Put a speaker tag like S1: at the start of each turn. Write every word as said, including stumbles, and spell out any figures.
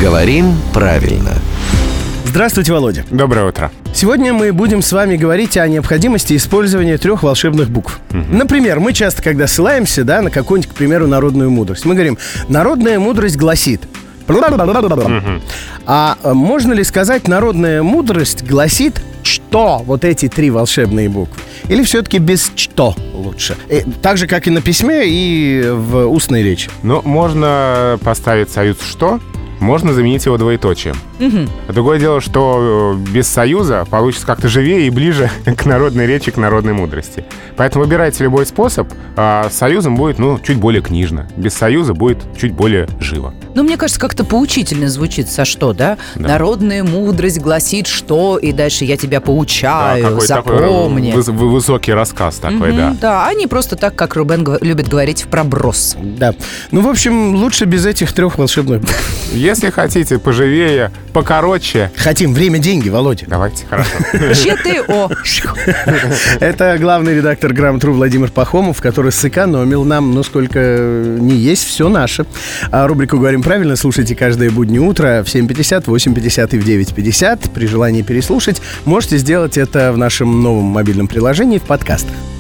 S1: Говорим правильно.
S2: Здравствуйте, Володя.
S3: Доброе утро.
S2: Сегодня мы будем с вами говорить о необходимости использования трех волшебных букв. Угу. Например, мы часто, когда ссылаемся, да, на какую-нибудь, к примеру, народную мудрость, мы говорим: народная мудрость гласит. Угу. А можно ли сказать, народная мудрость гласит что? Вот эти три волшебные буквы. Или все-таки без что лучше? И, так же, как и на письме, и в устной речи.
S3: Ну, можно поставить союз «что», можно заменить его двоеточием. Угу. А другое дело, что без союза получится как-то живее и ближе к народной речи, к народной мудрости. Поэтому выбирайте любой способ. А с союзом будет, ну, чуть более книжно. Без союза будет чуть более живо.
S4: Ну, мне кажется, как-то поучительно звучит со «что», да? да? Народная мудрость гласит «что», и дальше я тебя поучаю, да, запомни.
S3: Такой выс- высокий рассказ такой, угу, да.
S4: Да, а не просто так, как Рубен г- любит говорить в проброс.
S2: Да. Ну, в общем, лучше без этих трех волшебных букв.
S3: Если хотите поживее, покороче.
S2: Хотим. Время, деньги, Володя.
S3: Давайте, хорошо.
S4: ЧТО.
S2: Это главный редактор «Грамотру» Владимир Пахомов, который сэкономил нам, ну, сколько не есть, все наше. А рубрику «Говорим правильно» слушайте каждое буднее утро в семь пятьдесят, восемь пятьдесят и в девять пятьдесят. При желании переслушать можете сделать это в нашем новом мобильном приложении в подкастах.